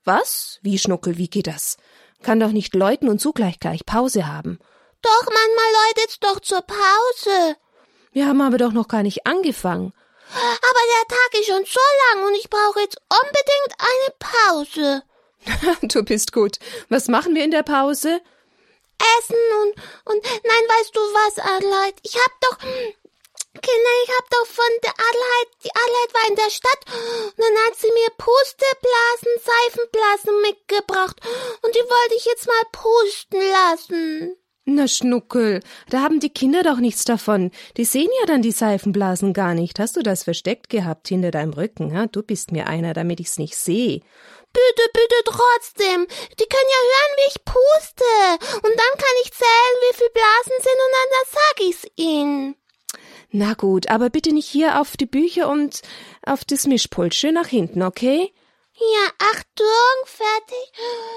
Was? Wie, Schnuckel, wie geht das? Kann doch nicht läuten und zugleich gleich Pause haben. Doch, manchmal läutet's doch zur Pause. Wir haben aber doch noch gar nicht angefangen. Aber der Tag ist schon so lang und ich brauche jetzt unbedingt eine Pause. Du bist gut. Was machen wir in der Pause? Essen und nein, weißt du was, Adelheid? Ich hab doch von der Adelheid, die Adelheid war in der Stadt und dann hat sie mir Pusteblasen, Seifenblasen mitgebracht und die wollte ich jetzt mal pusten lassen. Na, Schnuckel, da haben die Kinder doch nichts davon. Die sehen ja dann die Seifenblasen gar nicht. Hast du das versteckt gehabt hinter deinem Rücken? Ha? Du bist mir einer, damit ich's nicht sehe. Bitte trotzdem. Die können ja hören, wie ich puste. Und dann kann ich zählen, wie viele Blasen sind und dann sag ich's ihnen. Na gut, aber bitte nicht hier auf die Bücher und auf das Mischpult. Schön nach hinten, okay? Ja, Achtung, fertig.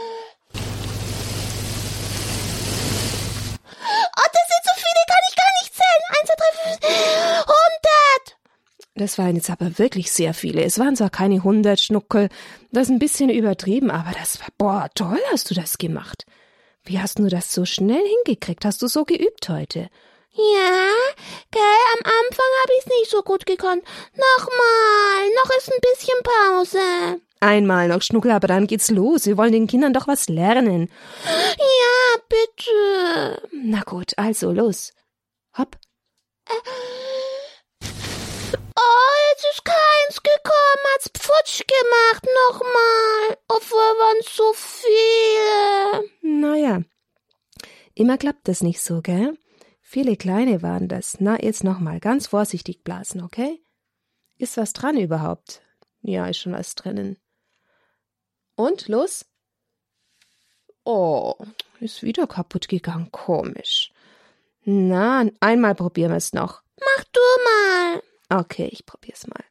Oh, das sind so viele, kann ich gar nicht zählen. 1, 2, 3, 4, 100. Das waren jetzt aber wirklich sehr viele. Es waren zwar keine 100, Schnuckel, das ist ein bisschen übertrieben, aber das war, boah, toll hast du das gemacht. Wie hast du das so schnell hingekriegt? Hast du so geübt heute? Ja, gell, am Anfang habe ich's nicht so gut gekonnt. Nochmal, noch ist ein bisschen Pause. Einmal noch, Schnuckel, aber dann geht's los. Wir wollen den Kindern doch was lernen. Ja, bitte. Na gut, also los. Hopp. Oh, jetzt ist keins gekommen, hat's pfutsch gemacht, nochmal. Obwohl waren so viele. Naja, immer klappt das nicht so, gell? Viele kleine waren das. Na, jetzt nochmal, ganz vorsichtig blasen, okay? Ist was dran überhaupt? Ja, ist schon was drinnen. Und, los? Oh, ist wieder kaputt gegangen, komisch. Na, einmal probieren wir es noch. Mach du mal. Okay, ich probier's mal.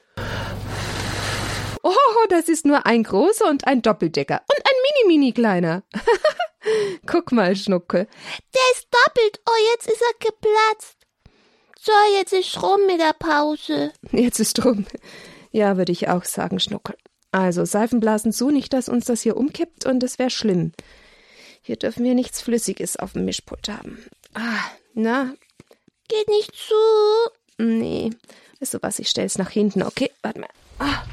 Oh, das ist nur ein großer und ein Doppeldecker. Und ein mini-kleiner. Guck mal, Schnuckel. Der ist doppelt. Oh, jetzt ist er geplatzt. So, jetzt ist rum mit der Pause. Jetzt ist rum. Ja, würde ich auch sagen, Schnuckel. Also, Seifenblasen zu, nicht, dass uns das hier umkippt und es wäre schlimm. Hier dürfen wir nichts Flüssiges auf dem Mischpult haben. Ah, na? Geht nicht zu. Nee. Weißt du was, ich stell's nach hinten. Okay, warte mal. Ah.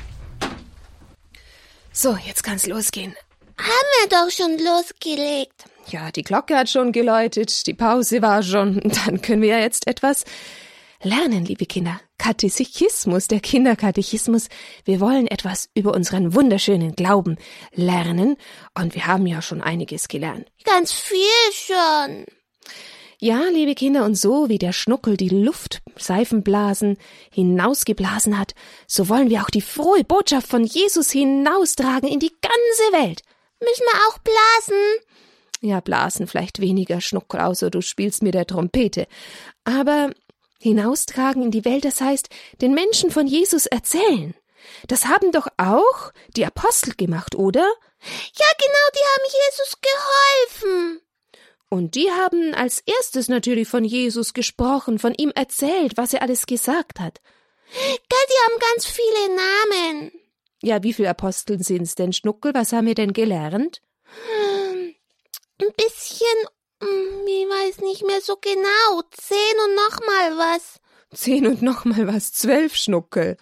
So, jetzt kann's losgehen. Haben wir doch schon losgelegt. Ja, die Glocke hat schon geläutet, die Pause war schon. Dann können wir ja jetzt etwas lernen, liebe Kinder. Katechismus, der Kinderkatechismus. Wir wollen etwas über unseren wunderschönen Glauben lernen. Und wir haben ja schon einiges gelernt. Ganz viel schon. Ja, liebe Kinder, und so wie der Schnuckel die Luftseifenblasen hinausgeblasen hat, so wollen wir auch die frohe Botschaft von Jesus hinaustragen in die ganze Welt. Müssen wir auch blasen? Ja, blasen vielleicht weniger, Schnuckel, außer du spielst mit der Trompete. Aber hinaustragen in die Welt, das heißt, den Menschen von Jesus erzählen. Das haben doch auch die Apostel gemacht, oder? Ja, genau, die haben Jesus geholfen. Und die haben als erstes natürlich von Jesus gesprochen, von ihm erzählt, was er alles gesagt hat. Gell, die haben ganz viele Namen. Ja, wie viele Aposteln sind's denn, Schnuckel? Was haben wir denn gelernt? Ein bisschen, ich weiß nicht mehr so genau. 10 und noch mal was. 10 und noch mal was, 12, Schnuckel.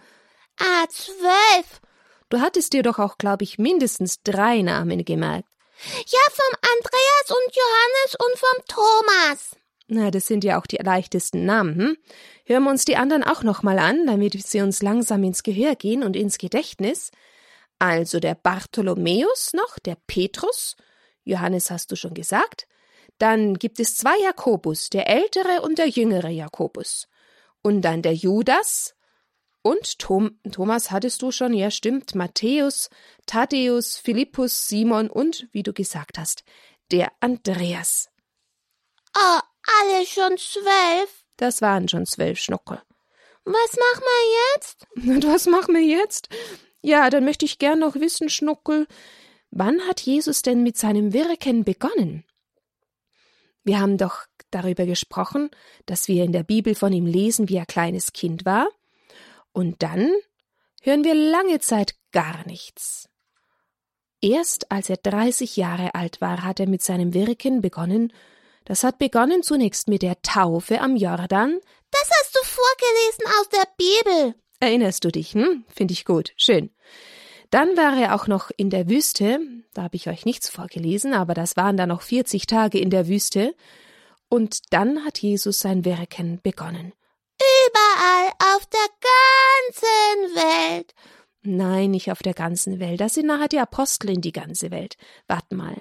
12. Du hattest dir doch auch, glaube ich, mindestens 3 Namen gemerkt. Ja, vom Andreas und Johannes und vom Thomas. Na, das sind ja auch die leichtesten Namen, hm? Hören wir uns die anderen auch noch mal an, damit sie uns langsam ins Gehör gehen und ins Gedächtnis. Also der Bartholomäus noch, der Petrus, Johannes hast du schon gesagt. Dann gibt es 2 Jakobus, der ältere und der jüngere Jakobus. Und dann der Judas und Thomas hattest du schon, ja stimmt, Matthäus, Thaddäus, Philippus, Simon und, wie du gesagt hast, der Andreas. Oh, alle schon 12? Das waren schon 12, Schnuckel. Was machen wir jetzt? Und was machen wir jetzt? Ja, dann möchte ich gern noch wissen, Schnuckel, wann hat Jesus denn mit seinem Wirken begonnen? Wir haben doch darüber gesprochen, dass wir in der Bibel von ihm lesen, wie er kleines Kind war. Und dann hören wir lange Zeit gar nichts. Erst als er 30 Jahre alt war, hat er mit seinem Wirken begonnen. Das hat begonnen zunächst mit der Taufe am Jordan. Das hast du vorgelesen aus der Bibel. Erinnerst du dich? Finde ich gut. Schön. Dann war er auch noch in der Wüste. Da habe ich euch nichts vorgelesen, aber das waren dann noch 40 Tage in der Wüste. Und dann hat Jesus sein Wirken begonnen. Überall auf der ganzen Welt. Nein, nicht auf der ganzen Welt. Das sind nachher die Apostel in die ganze Welt. Warte mal.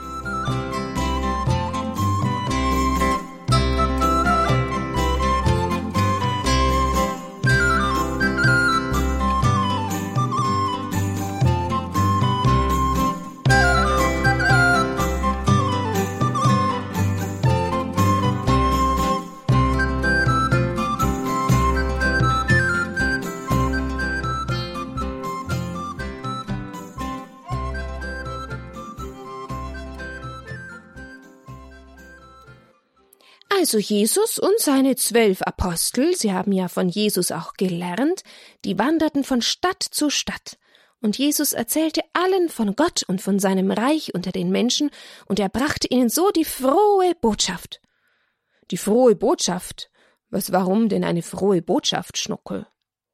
Also Jesus und seine 12 Apostel, sie haben ja von Jesus auch gelernt, die wanderten von Stadt zu Stadt. Und Jesus erzählte allen von Gott und von seinem Reich unter den Menschen, und er brachte ihnen so die frohe Botschaft. Die frohe Botschaft? Warum denn eine frohe Botschaft, Schnuckel?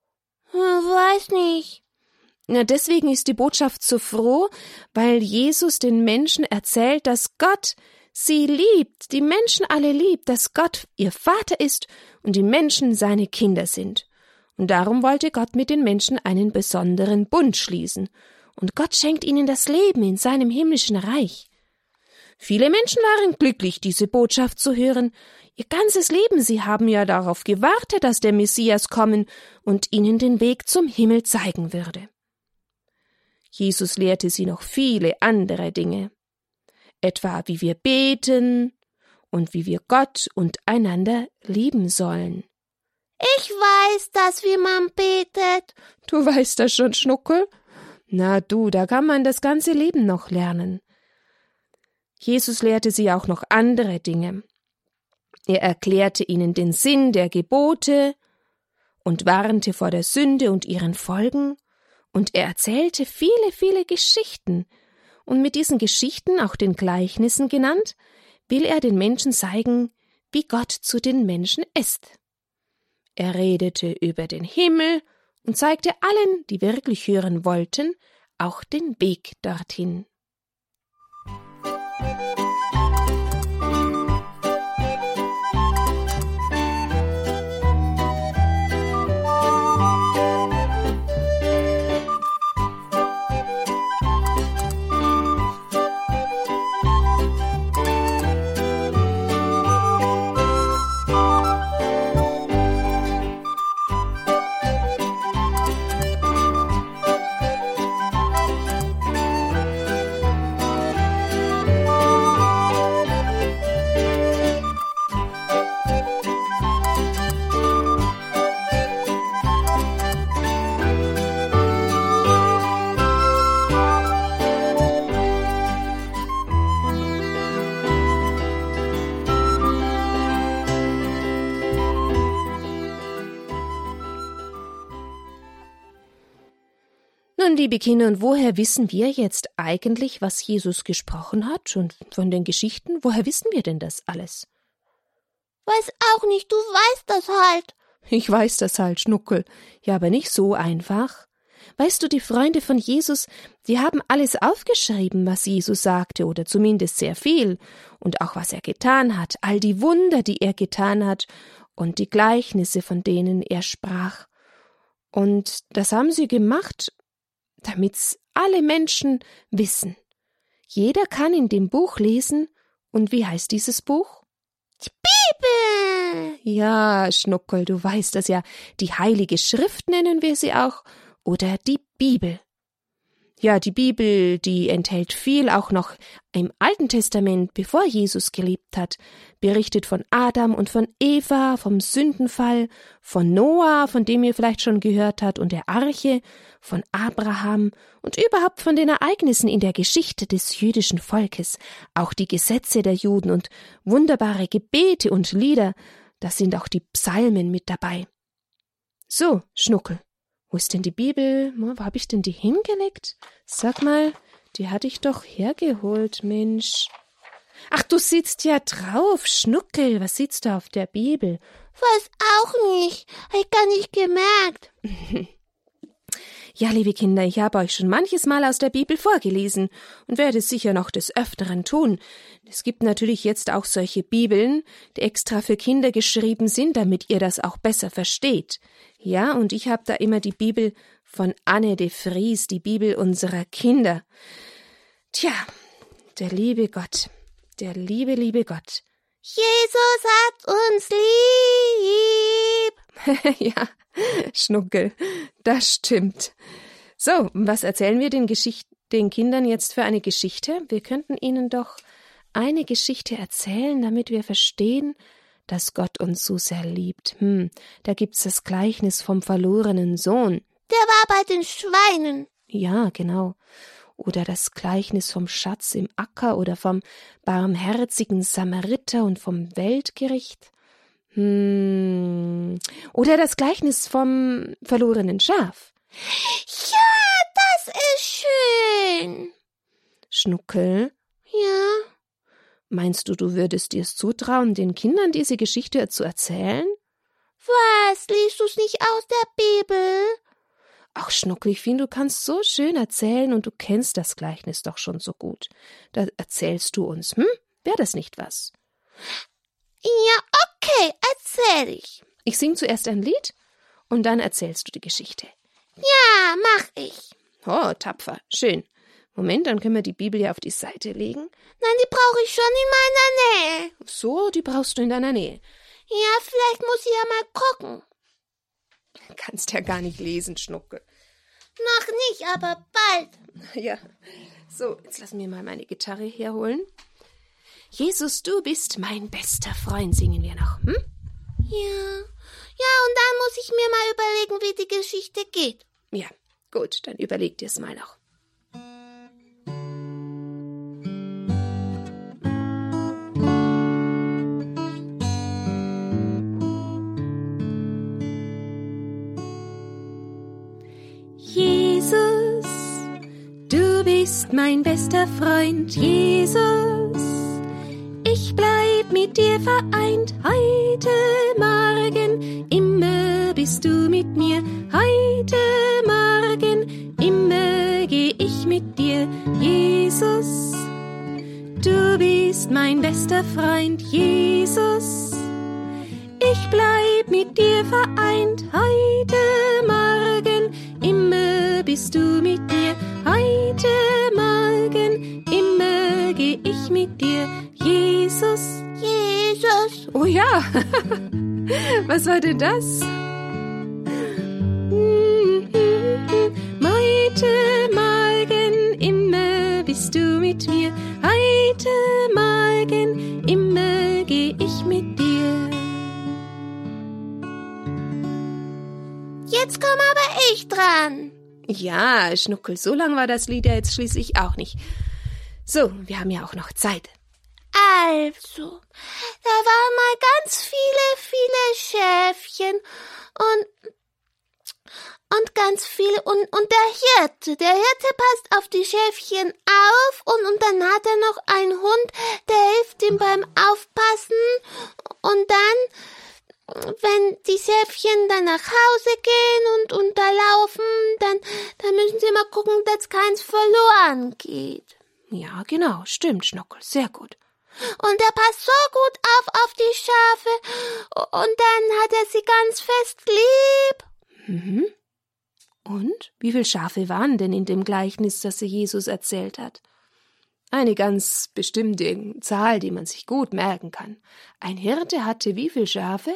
Weiß nicht. Na, deswegen ist die Botschaft so froh, weil Jesus den Menschen erzählt, dass Gott sie liebt, die Menschen alle liebt, dass Gott ihr Vater ist und die Menschen seine Kinder sind. Und darum wollte Gott mit den Menschen einen besonderen Bund schließen. Und Gott schenkt ihnen das Leben in seinem himmlischen Reich. Viele Menschen waren glücklich, diese Botschaft zu hören. Ihr ganzes Leben, sie haben ja darauf gewartet, dass der Messias kommen und ihnen den Weg zum Himmel zeigen würde. Jesus lehrte sie noch viele andere Dinge. Etwa wie wir beten und wie wir Gott und einander lieben sollen. Ich weiß das, wie man betet. Du weißt das schon, Schnuckel? Na du, da kann man das ganze Leben noch lernen. Jesus lehrte sie auch noch andere Dinge. Er erklärte ihnen den Sinn der Gebote und warnte vor der Sünde und ihren Folgen, und er erzählte viele, viele Geschichten. Und mit diesen Geschichten, auch den Gleichnissen genannt, will er den Menschen zeigen, wie Gott zu den Menschen ist. Er redete über den Himmel und zeigte allen, die wirklich hören wollten, auch den Weg dorthin. Nun, liebe Kinder, und woher wissen wir jetzt eigentlich, was Jesus gesprochen hat? Und von den Geschichten, woher wissen wir denn das alles? Weiß auch nicht, du weißt das halt. Ich weiß das halt, Schnuckel. Ja, aber nicht so einfach. Weißt du, die Freunde von Jesus, die haben alles aufgeschrieben, was Jesus sagte, oder zumindest sehr viel, und auch was er getan hat, all die Wunder, die er getan hat, und die Gleichnisse, von denen er sprach. Und das haben sie gemacht, damit's alle Menschen wissen. Jeder kann in dem Buch lesen. Und wie heißt dieses Buch? Die Bibel! Ja, Schnuckel, du weißt das ja. Die Heilige Schrift nennen wir sie auch. Oder die Bibel. Ja, die Bibel, die enthält viel, auch noch im Alten Testament, bevor Jesus gelebt hat, berichtet von Adam und von Eva, vom Sündenfall, von Noah, von dem ihr vielleicht schon gehört habt, und der Arche, von Abraham und überhaupt von den Ereignissen in der Geschichte des jüdischen Volkes, auch die Gesetze der Juden und wunderbare Gebete und Lieder, da sind auch die Psalmen mit dabei. So, Schnuckel. Wo ist denn die Bibel? Wo habe ich denn die hingelegt? Sag mal, Die hatte ich doch hergeholt, Mensch. Ach, du sitzt ja drauf, Schnuckel. Was sitzt du auf der Bibel? Weiß auch nicht. Hab ich gar nicht gemerkt. Ja, liebe Kinder, ich habe euch schon manches Mal aus der Bibel vorgelesen und werde es sicher noch des Öfteren tun. Es gibt natürlich jetzt auch solche Bibeln, die extra für Kinder geschrieben sind, damit ihr das auch besser versteht. Ja, und ich habe da immer die Bibel von Anne de Vries, die Bibel unserer Kinder. Tja, der liebe Gott, der liebe Gott. Jesus hat uns lieb. Ja, Schnuckel, das stimmt. So, was erzählen wir den Kindern jetzt für eine Geschichte? Wir könnten ihnen doch eine Geschichte erzählen, damit wir verstehen, dass Gott uns so sehr liebt. Da gibt's das Gleichnis vom verlorenen Sohn. Der war bei den Schweinen. Ja, genau. Oder das Gleichnis vom Schatz im Acker oder vom barmherzigen Samariter und vom Weltgericht. Oder das Gleichnis vom verlorenen Schaf. Ja, das ist schön. Schnuckel? Ja. Meinst du, du würdest dir's zutrauen, den Kindern diese Geschichte zu erzählen? Was, liest du's nicht aus der Bibel? Ach, Schnuckel, ich finde, du kannst so schön erzählen und du kennst das Gleichnis doch schon so gut. Da erzählst du uns, Wäre das nicht was? Ja, okay, erzähl ich. Ich sing zuerst ein Lied und dann erzählst du die Geschichte. Ja, mach ich. Oh, tapfer, schön. Moment, dann können wir die Bibel ja auf die Seite legen. Nein, die brauche ich schon in meiner Nähe. So, die brauchst du in deiner Nähe. Ja, vielleicht muss ich ja mal gucken. Kannst ja gar nicht lesen, Schnuckel. Noch nicht, aber bald. Ja, so, jetzt lassen wir mal meine Gitarre herholen. Jesus, du bist mein bester Freund, singen wir noch, Ja, und dann muss ich mir mal überlegen, wie die Geschichte geht. Ja, gut, dann überleg dir's mal noch. Jesus, du bist mein bester Freund, Jesus. Ich bleib mit dir vereint, heute Morgen, immer bist du mit mir. Heute Morgen, immer geh ich mit dir, Jesus. Du bist mein bester Freund, Jesus. Ich bleib mit dir vereint, heute Morgen, immer bist du mit mir. Heute Morgen, immer geh ich mit dir, Jesus. Jesus. Oh ja, was war denn das? Heute Morgen, immer bist du mit mir. Heute Morgen, immer geh ich mit dir. Jetzt komm aber ich dran. Ja, Schnuckel, so lang war das Lied ja jetzt schließlich auch nicht. So, wir haben ja auch noch Zeit. Also, da waren mal ganz viele Schäfchen und ganz viele und der Hirte passt auf die Schäfchen auf und dann hat er noch einen Hund, der hilft ihm beim Aufpassen und dann, wenn die Schäfchen dann nach Hause gehen und da laufen, dann müssen sie mal gucken, dass keins verloren geht. Ja, genau, stimmt, Schnuckel, sehr gut. Und er passt so gut auf die Schafe und dann hat er sie ganz fest lieb. Und wie viele Schafe waren denn in dem Gleichnis, das Jesus erzählt hat? Eine ganz bestimmte Zahl, die man sich gut merken kann. Ein Hirte hatte wie viele Schafe?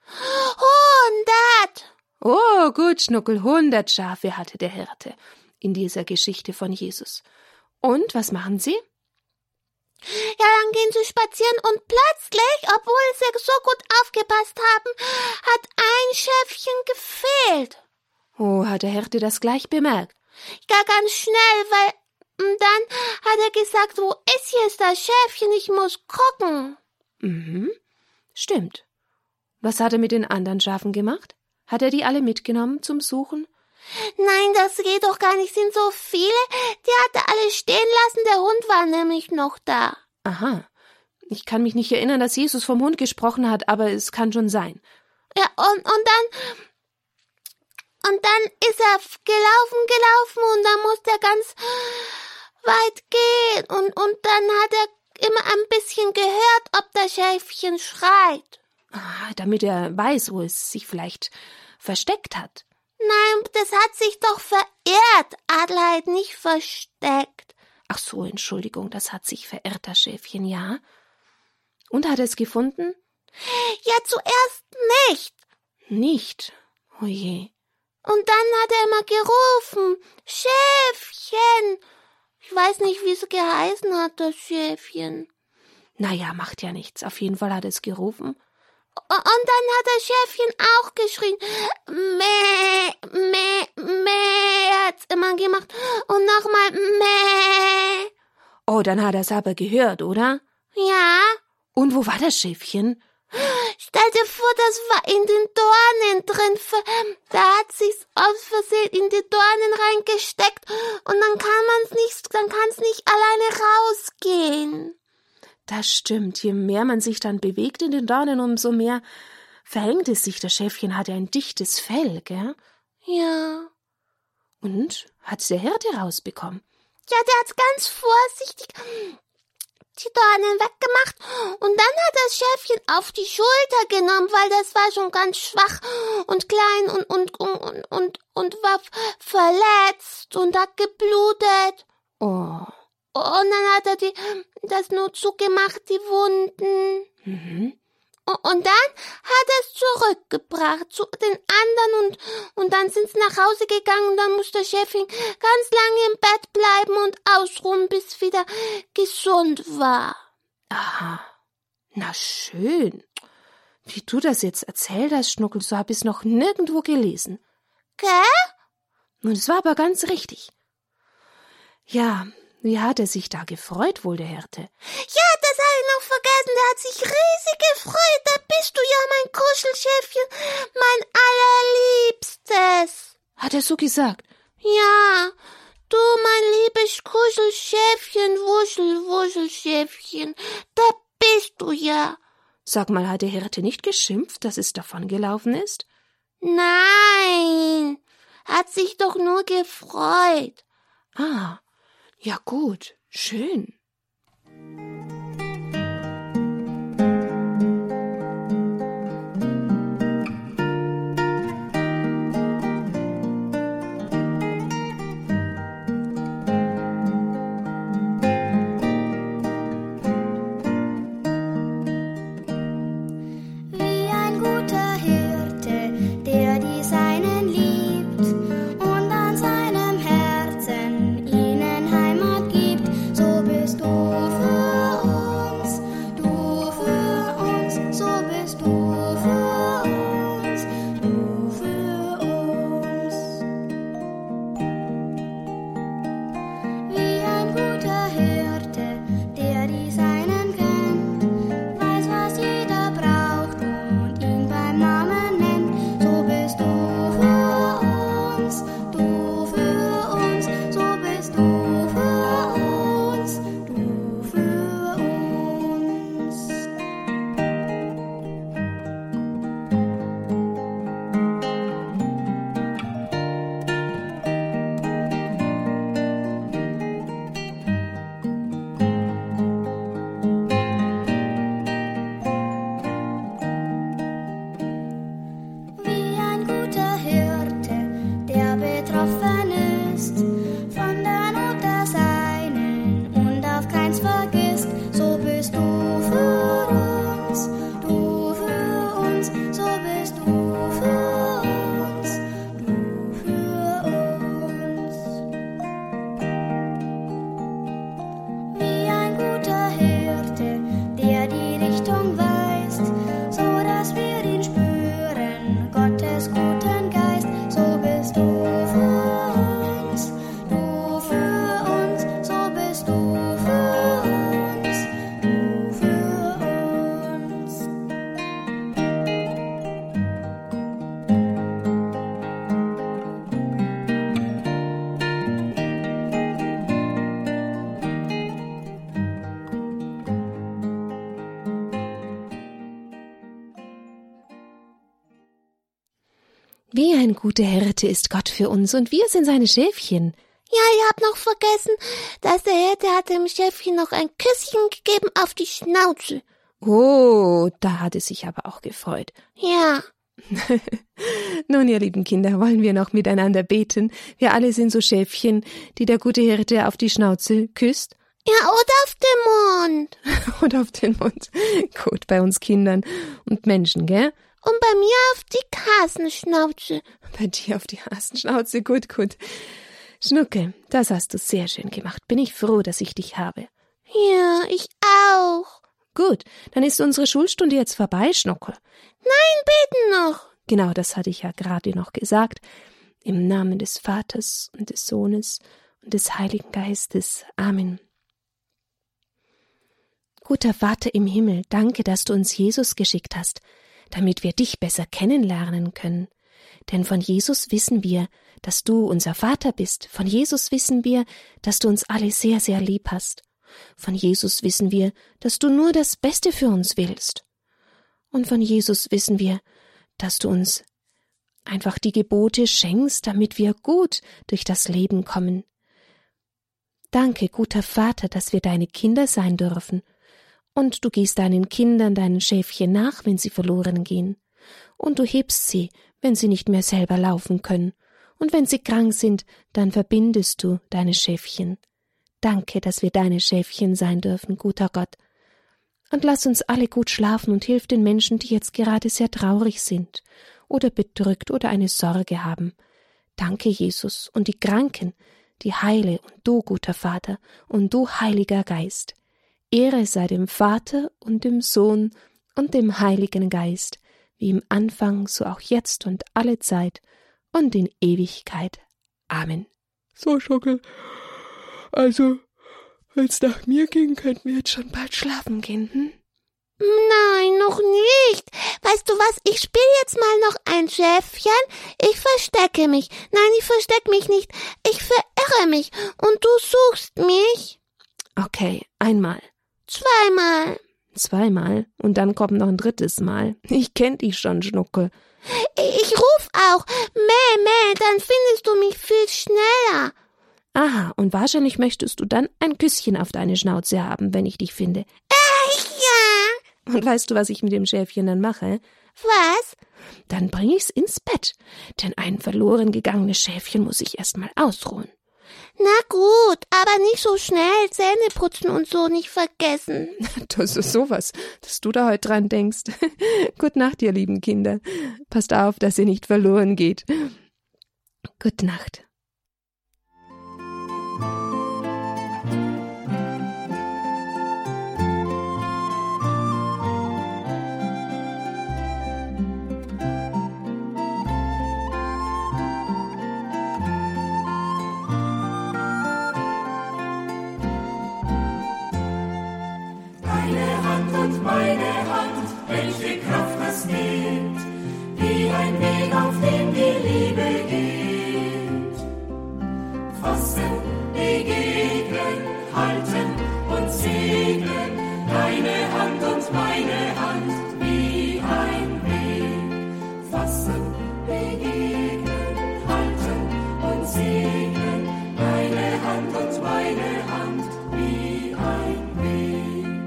100! Oh, gut, Schnuckel, 100 Schafe hatte der Hirte in dieser Geschichte von Jesus. Und, was machen sie? Ja, dann gehen sie spazieren und plötzlich, obwohl sie so gut aufgepasst haben, hat ein Schäfchen gefehlt. Oh, hat der Hirte das gleich bemerkt? Ja, ganz schnell, weil dann hat er gesagt, wo ist jetzt das Schäfchen, ich muss gucken. Stimmt. Was hat er mit den anderen Schafen gemacht? Hat er die alle mitgenommen zum Suchen? Nein, das geht doch gar nicht, sind so viele. Die hatte alle stehen lassen, der Hund war nämlich noch da. Aha, ich kann mich nicht erinnern, dass Jesus vom Hund gesprochen hat, aber es kann schon sein. Ja, und dann ist er gelaufen und dann musste er ganz weit gehen und dann hat er immer ein bisschen gehört, ob das Schäfchen schreit. Ah, damit er weiß, wo es sich vielleicht versteckt hat. Nein, das hat sich doch verirrt, Adelheid, nicht versteckt. Ach so, Entschuldigung, das hat sich verirrt, das Schäfchen, ja. Und hat er es gefunden? Ja, zuerst nicht. Nicht? Oh je. Und dann hat er immer gerufen, Schäfchen. Ich weiß nicht, wie es geheißen hat, das Schäfchen. Naja, macht ja nichts. Auf jeden Fall hat es gerufen. Und dann hat das Schäfchen auch geschrien. Meh, meh, meh, hat's immer gemacht. Und nochmal meh. Oh, dann hat er es aber gehört, oder? Ja. Und wo war das Schäfchen? Stell dir vor, das war in den Dornen drin. Da hat sich's aus Versehen in die Dornen reingesteckt und dann kann's nicht alleine rausgehen. Das stimmt. Je mehr man sich dann bewegt in den Dornen, umso mehr verhängt es sich. Das Schäfchen hatte ein dichtes Fell, gell? Ja. Und hat's der Hirte rausbekommen? Ja, der hat's ganz vorsichtig die Dornen weggemacht und dann hat das Schäfchen auf die Schulter genommen, weil das war schon ganz schwach und klein und war verletzt und hat geblutet. Oh. Und dann hat er das nur zugemacht, die Wunden. Mhm. Und dann hat er es zurückgebracht zu den anderen und dann sind sie nach Hause gegangen und dann musste der Schäfchen ganz lange im Bett bleiben und ausruhen, bis wieder gesund war. Aha. Na schön. Wie du das jetzt erzählt hast, Schnuckel, so hab ich's noch nirgendwo gelesen. Gell? Und es war aber ganz richtig. Ja, wie hat er sich da gefreut, wohl der Hirte? Ja, das habe ich noch vergessen. Der hat sich riesig gefreut. Da bist du ja, mein Kuschelschäfchen, mein allerliebstes. Hat er so gesagt? Ja, du, mein liebes Kuschelschäfchen, Wuschelschäfchen, da bist du ja. Sag mal, hat der Hirte nicht geschimpft, dass es davongelaufen ist? Nein, hat sich doch nur gefreut. Ah, ja gut, schön. Bist Wie ein guter Hirte ist Gott für uns und wir sind seine Schäfchen. Ja, ich hab noch vergessen, dass der Hirte hat dem Schäfchen noch ein Küsschen gegeben auf die Schnauze. Oh, da hat es sich aber auch gefreut. Ja. Nun, ihr lieben Kinder, wollen wir noch miteinander beten? Wir alle sind so Schäfchen, die der gute Hirte auf die Schnauze küsst. Ja, oder auf den Mund. Oder auf den Mund. Gut, bei uns Kindern und Menschen, gell? Und bei mir auf die Hasenschnauze. Bei dir auf die Hasenschnauze, gut. Schnucke, das hast du sehr schön gemacht. Bin ich froh, dass ich dich habe. Ja, ich auch. Gut, dann ist unsere Schulstunde jetzt vorbei, Schnuckel. Nein, beten noch. Genau, das hatte ich ja gerade noch gesagt. Im Namen des Vaters und des Sohnes und des Heiligen Geistes. Amen. Guter Vater im Himmel, danke, dass du uns Jesus geschickt hast, damit wir dich besser kennenlernen können. Denn von Jesus wissen wir, dass du unser Vater bist. Von Jesus wissen wir, dass du uns alle sehr, sehr lieb hast. Von Jesus wissen wir, dass du nur das Beste für uns willst. Und von Jesus wissen wir, dass du uns einfach die Gebote schenkst, damit wir gut durch das Leben kommen. Danke, guter Vater, dass wir deine Kinder sein dürfen. Und du gehst deinen Kindern, deinen Schäfchen nach, wenn sie verloren gehen. Und du hebst sie, wenn sie nicht mehr selber laufen können. Und wenn sie krank sind, dann verbindest du deine Schäfchen. Danke, dass wir deine Schäfchen sein dürfen, guter Gott. Und lass uns alle gut schlafen und hilf den Menschen, die jetzt gerade sehr traurig sind oder bedrückt oder eine Sorge haben. Danke, Jesus, und die Kranken, die heile, und du, guter Vater, und du, Heiliger Geist. Ehre sei dem Vater und dem Sohn und dem Heiligen Geist, wie im Anfang, so auch jetzt und alle Zeit und in Ewigkeit. Amen. So, Schockel, also, wenn's nach mir ging, könnten wir jetzt schon bald schlafen gehen, hm? Nein, noch nicht. Weißt du was, ich spiele jetzt mal noch ein Schäfchen. Ich verstecke mich. Nein, ich verstecke mich nicht. Ich verirre mich. Und du suchst mich. Okay, einmal. Zweimal. Und dann kommt noch ein drittes Mal. Ich kenn dich schon, Schnuckel. Ich ruf auch. Mäh, dann findest du mich viel schneller. Aha, und wahrscheinlich möchtest du dann ein Küsschen auf deine Schnauze haben, wenn ich dich finde. Ja. Und weißt du, was ich mit dem Schäfchen dann mache? Was? Dann bring ich's ins Bett, denn ein verloren gegangenes Schäfchen muss ich erst mal ausruhen. Na gut, aber nicht so schnell. Zähne putzen und so nicht vergessen. Das ist sowas, dass du da heute dran denkst. Gute Nacht, ihr lieben Kinder. Passt auf, dass ihr nicht verloren geht. Gute Nacht. Meine Hand, welche Kraft das gibt, wie ein Weg, auf dem die Liebe geht. Fassen, begegnen, halten und segnen, deine Hand und meine Hand, wie ein Weg. Fassen, begegnen, halten und segnen, deine Hand und meine Hand, wie ein Weg.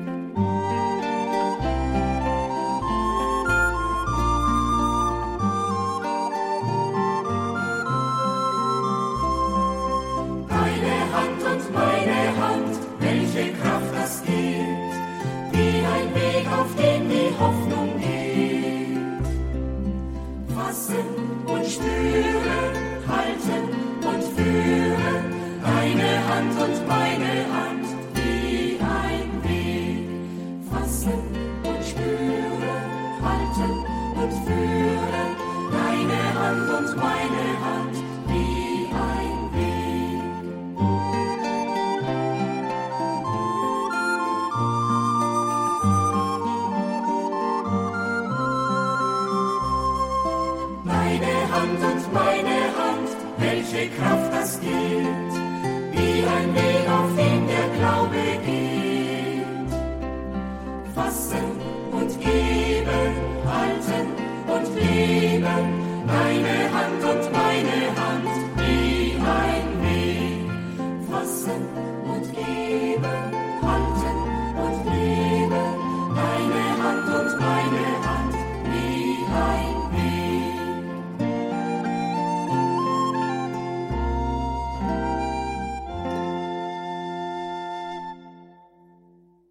Hoffnung geht. Fassen und spüren, halten und führen, deine Hand und meine Hand, wie ein Weg. Fassen und spüren, halten und führen, deine Hand und meine Hand.